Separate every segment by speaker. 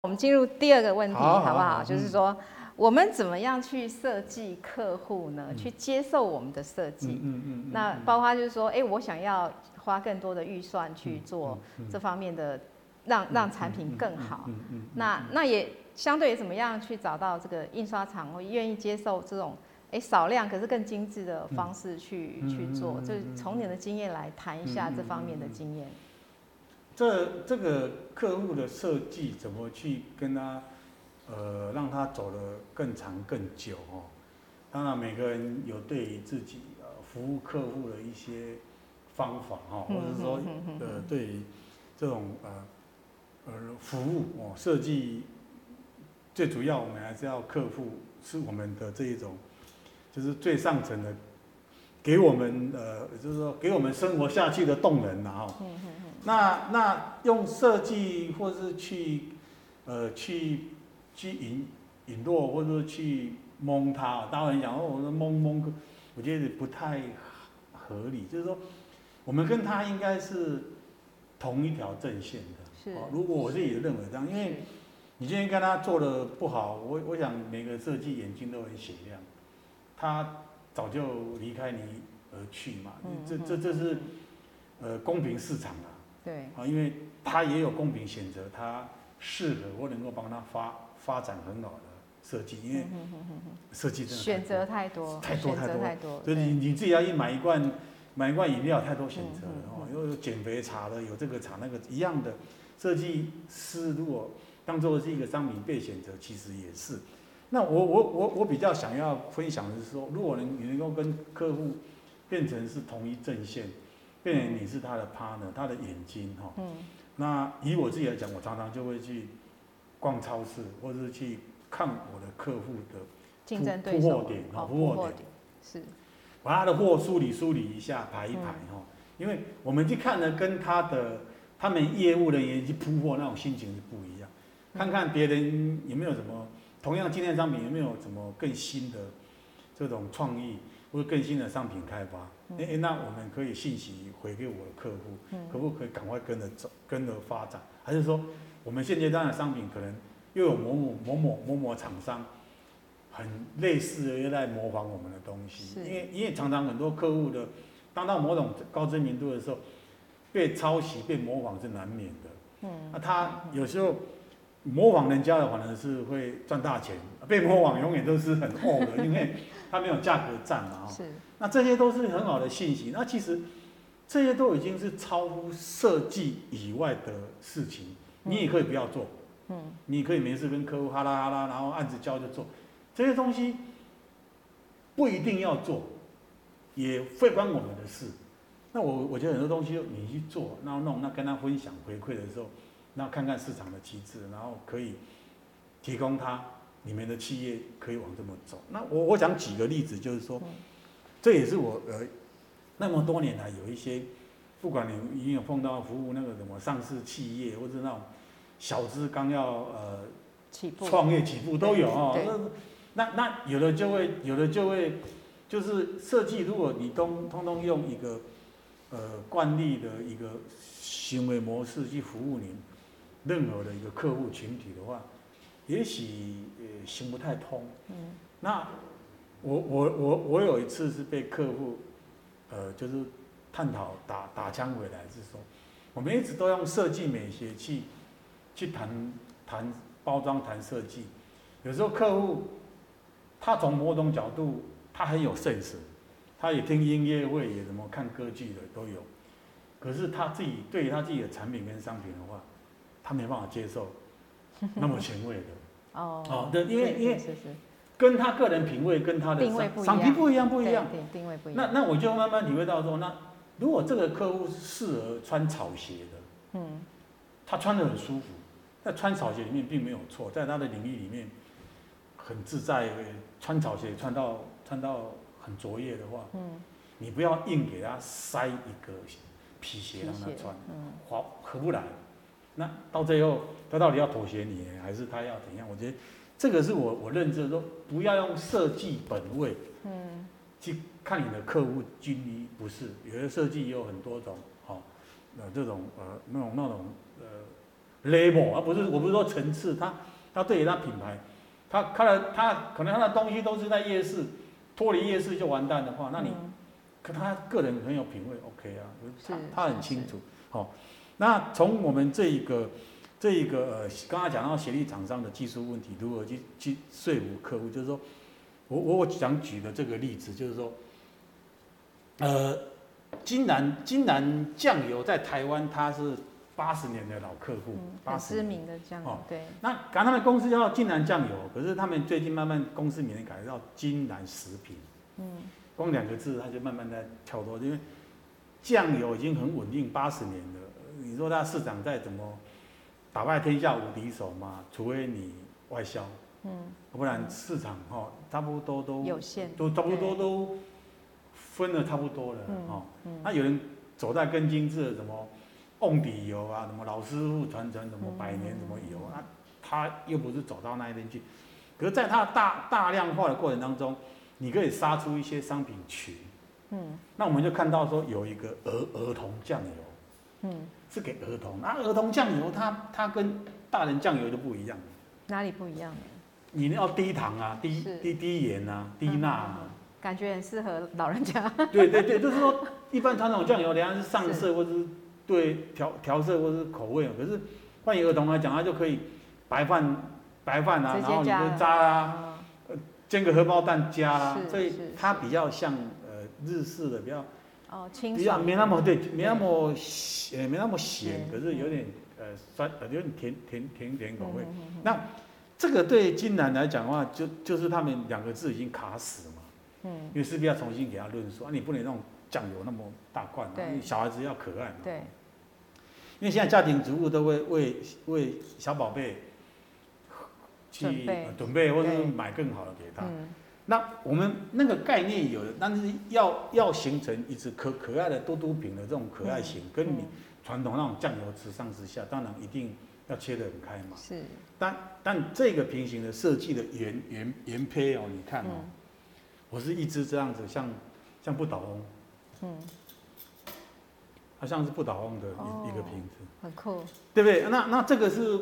Speaker 1: 我们进入第二个问题，好不好？就是
Speaker 2: 嗯
Speaker 1: 说，我们怎么样去设计客户呢？去接受我们的设计。那包括就是说，我想要花更多的预算去做这方面的，让产品更好。那也相对怎么样去找到这个印刷厂会愿意接受这种少量可是更精致的方式去做？就是从你的经验来谈一下这方面的经验。
Speaker 2: 这个客户的设计怎么去跟他，让他走得更长更久哦？当然每个人有对于自己服务客户的一些方法哈，或者说对于这种服务哦设计，最主要我们还是要克服是我们的这一种，就是最上层的，给我们就是说给我们生活下去的动能呐哈。那用设计或是去引落，或者说去蒙他，当然讲我说蒙，我觉得不太合理。就是说，我们跟他应该是同一条阵线的。
Speaker 1: 是。
Speaker 2: 如果我自己认为这样，因为你今天跟他做的不好，我想每个设计眼睛都很雪亮，他早就离开你而去嘛。这是公平市场啊。
Speaker 1: 对。
Speaker 2: 因为他也有公平选择，他适合或能够帮他发展很好的设计，因为设计真的
Speaker 1: 选择太多，
Speaker 2: 太多，
Speaker 1: 所
Speaker 2: 以你自己要去买一罐饮料，太多选择了哦，有减肥茶的，有这个茶那个一样的，设计师如果当做是一个商品被选择，其实也是。那我比较想要分享的是说，如果你能够跟客户变成是同一阵线。变成你是他的 partner， 他的眼睛哈。那以我自己来讲，我常常就会去逛超市，或者是去看我的客户的
Speaker 1: 竞争对手
Speaker 2: 铺货点，
Speaker 1: 是
Speaker 2: 把他的货梳理一下，排一排哈。因为我们去看呢，跟他们业务人员去铺货那种心情是不一样。看看别人有没有什么同样纪念商品，有没有什么更新的这种创意，或者更新的商品开发。那我们可以信息回给我的客户，可不可以赶快跟着走，跟着发展？还是说，我们现阶段的商品可能又有某某厂商很类似的又在模仿我们的东西？因为常常很多客户的当到某种高知名度的时候，被抄袭、被模仿是难免的。那他有时候模仿人家的，反而是会赚大钱；被模仿永远都是很厚的，因为他没有价格战嘛。是。那这些都是很好的信息。那其实这些都已经是超乎设计以外的事情，你也可以不要做。你可以没事跟客户哈啦哈啦，然后案子交就做。这些东西不一定要做，也会关我们的事。那我觉得很多东西你去做，然后弄，那跟他分享回馈的时候，那看看市场的机制，然后可以提供你们的企业可以往这么走。那我想举个例子，就是说。这也是我那么多年来有一些，不管你已经有碰到服务那个什么上市企业，或者那种小资刚要创业起步都有哦。那有的就会就是设计，如果你通通用一个惯例的一个行为模式去服务你任何的一个客户群体的话，也许行不太通。那我有一次是被客户，就是探讨打枪回来，是说我们一直都用设计美学去谈包装、谈设计。有时候客户他从某种角度他很有 sense， 他也听音乐会，也什么看歌剧的都有。可是他自己对于他自己的产品跟商品的话，他没办法接受那么前卫的。对，因为跟他个人品味跟他的商品不一样，
Speaker 1: 定位不一样。
Speaker 2: 那我就慢慢体会到说，那如果这个客户适合穿草鞋的，他穿得很舒服，在穿草鞋里面并没有错，在他的领域里面很自在，穿草鞋穿到很卓越的话，你不要硬给他塞一个皮鞋让他穿，合不来。那到最后他到底要妥协你，还是他要怎样？我觉得。这个是我认知的说，不要用设计本位，去看你的客户均一，不是。有的设计也有很多种，这种那种 level， 我不是说层次，他对于他品牌，他可能他的东西都是在夜市，脱离夜市就完蛋的话，那你，可他个人很有品味 ，OK 啊，他很清楚，好，那从我们这一个刚才讲到协力厂商的技术问题，如何去说服客户，就是说，我想举的这个例子就是说，金兰酱油在台湾它是80年的老客户，
Speaker 1: 很知名的酱油，对。
Speaker 2: 那他们公司叫金兰酱油，可是他们最近慢慢公司名改叫金兰食品，光2个字它就慢慢在跳脱，因为酱油已经很稳定80年了，你说它市场再怎么打败天下无敌手嘛，除非你外销，不然市场差不多都
Speaker 1: 有限，
Speaker 2: 都差不多都分的差不多了，那有人走在更精致的什么瓮底油啊，什么老师傅传承什么100年什么油啊，他又不是走到那一边去，可是在他大量化的过程当中，你可以杀出一些商品群，那我们就看到说有一个儿童酱油，是给儿童，那儿童酱油它跟大人酱油就不一样，
Speaker 1: 哪里不一样？
Speaker 2: 你要低糖啊，低盐啊，低钠啊，
Speaker 1: 感觉很适合老人家。
Speaker 2: 对，就是说一般传统酱油，人家是上色或是对调色或是口味，可是换儿童来讲，它就可以白饭啊，然后你就炸啊，煎个荷包蛋加啦，所以它比较像日式的比较
Speaker 1: 比较
Speaker 2: 没那么没那么咸，可是有点酸，有点甜口味。那这个对金兰来讲的话，就是他们2个字已经卡死嘛，因为势必要重新给他论述啊，你不能那种酱油那么大罐，小孩子要可爱嘛，
Speaker 1: 对，
Speaker 2: 因为现在家庭主妇都会为小宝贝去准备，或是买更好的给他。那我们那个概念有的，但是要形成一只可爱的嘟嘟饼的这种可爱型，跟你传统那种酱油直上直下，当然一定要切得很开嘛。
Speaker 1: 是。
Speaker 2: 但这个平行的设计的原胚哦，你看哦，我是一只这样子，像不倒翁，它像是不倒翁的一个瓶子，
Speaker 1: 很酷，
Speaker 2: 对不对？那这个是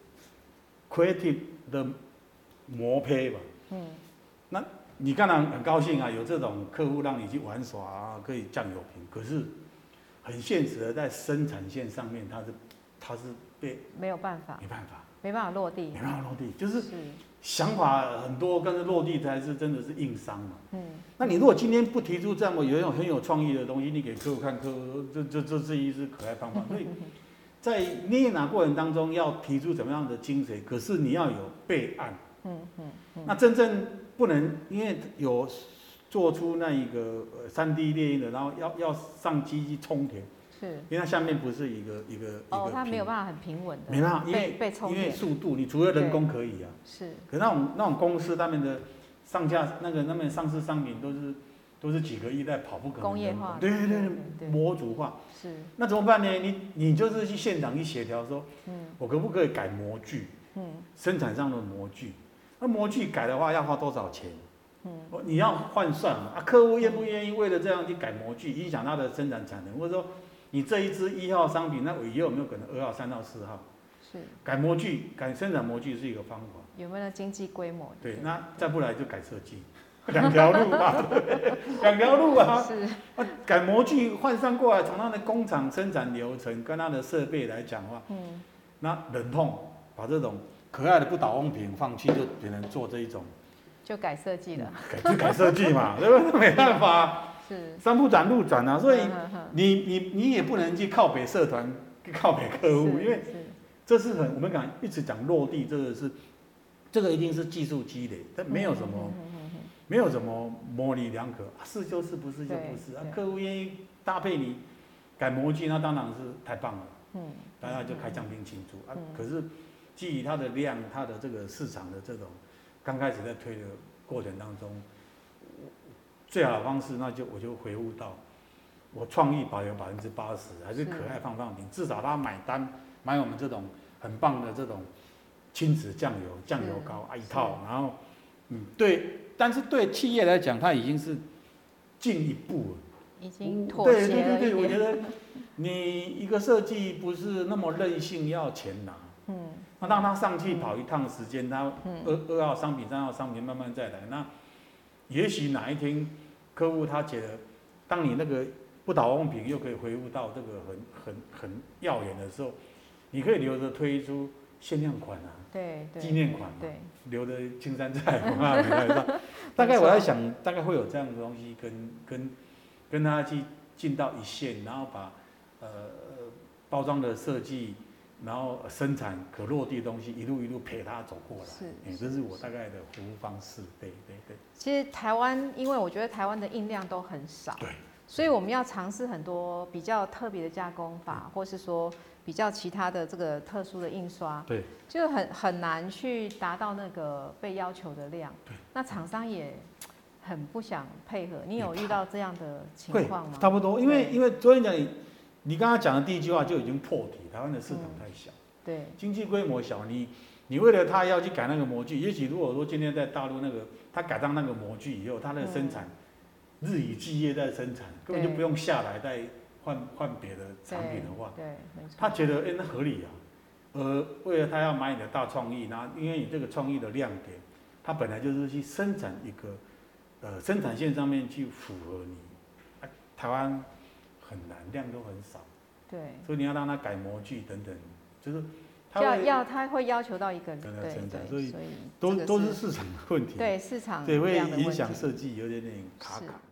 Speaker 2: creative 的模胚吧？那你当然很高兴啊，有这种客户让你去玩耍啊，可以酱油瓶。可是很现实的，在生产线上面，它是被
Speaker 1: 没办法落地，
Speaker 2: 就是想法很多，但是落地才是真的是硬伤嘛。那你如果今天不提出这么有一种很有创意的东西，你给客户看，客户这是一支可爱方法。所以在捏拿过程当中，要提出怎么样的精髓，可是你要有备案。那真正不能，因为有做出那一个3D 列印的，然后要上机去充填，因为它下面不是一个
Speaker 1: 它没有办法很平稳的，
Speaker 2: 没办法，因为速度，你除了人工可以啊，可那种公司他们的上架那边上市商品都是几个亿在跑，不可能
Speaker 1: 工业化，
Speaker 2: 对，模组化，那怎么办呢？你就是去现场去协调说，我可不可以改模具，生产上的模具。那模具改的话要花多少钱？你要换算嘛？客户愿不愿意为了这样去改模具，影响他的生产产能？或者说，你这一支1号商品，那以后有没有可能2号、3号、4号？改模具、改生产模具是一个方法。
Speaker 1: 有没有经济规模？
Speaker 2: 对，那再不来就改设计，2条路嘛，2条路啊。改模具换算过来，从他的工厂生产流程跟他的设备来讲的话，那忍痛把这种可爱的不倒翁瓶放弃，就只能做这一种，
Speaker 1: 就改设计了，
Speaker 2: 改设计嘛，对不对？没办法，山不转路转啊，所以你也不能去靠北社团，靠北客户，因为这是我们一直讲落地，这个一定是技术积累，但没有什么模棱两可，是就是不是就不是啊。客户愿意搭配你改模具，那当然是太棒了，大家就开香槟庆祝啊。可是基于它的量，它的这个市场的这种刚开始在推的过程当中，最好的方式，我就回复到，我创意保留80%，还是可爱放品，至少他买我们这种很棒的这种亲子酱油膏一套，然后对，但是对企业来讲，它已经是进一步了，
Speaker 1: 已经妥协了。
Speaker 2: 对，我觉得你一个设计不是那么任性要钱拿。 那让他上去跑一趟时间，他2号商品、3号商品慢慢再来，那也许哪一天客户他觉得，当你那个不倒翁品又可以恢复到这个很耀眼的时候，你可以留着推出限量款啊，
Speaker 1: 对，
Speaker 2: 纪念款嘛，
Speaker 1: 对，
Speaker 2: 留着青山在，大概我在想，大概会有这样的东西跟他去进到一线，然后把包装的设计，然后生产可落地的东西一路陪他走过来，这是我大概的服务方式，对。
Speaker 1: 其实台湾，因为我觉得台湾的印量都很少，
Speaker 2: 对，
Speaker 1: 所以我们要尝试很多比较特别的加工法，或是说比较其他的这个特殊的印刷，
Speaker 2: 对，
Speaker 1: 就很难去达到那个被要求的量。
Speaker 2: 对，
Speaker 1: 那厂商也很不想配合。你有遇到这样的情况吗？
Speaker 2: 差不多，因为昨天讲你刚刚讲的第一句话就已经破题，台湾的市场太小，
Speaker 1: 对，
Speaker 2: 经济规模小，你为了他要去改那个模具，也许如果说今天在大陆那个他改上那个模具以后，他的生产日以继夜在生产，根本就不用下来再换别的产品的话，
Speaker 1: 对，没错，
Speaker 2: 他觉得那合理啊。为了他要买你的大创意，然后因为你这个创意的亮点，他本来就是去生产一个生产线上面去符合你，台湾很难，量都很少，
Speaker 1: 对，
Speaker 2: 所以你要让他改模具等等，就是他
Speaker 1: 会要求到一个对，
Speaker 2: 所以都是市场的问题，
Speaker 1: 对市场
Speaker 2: 对会影响设计有点卡卡。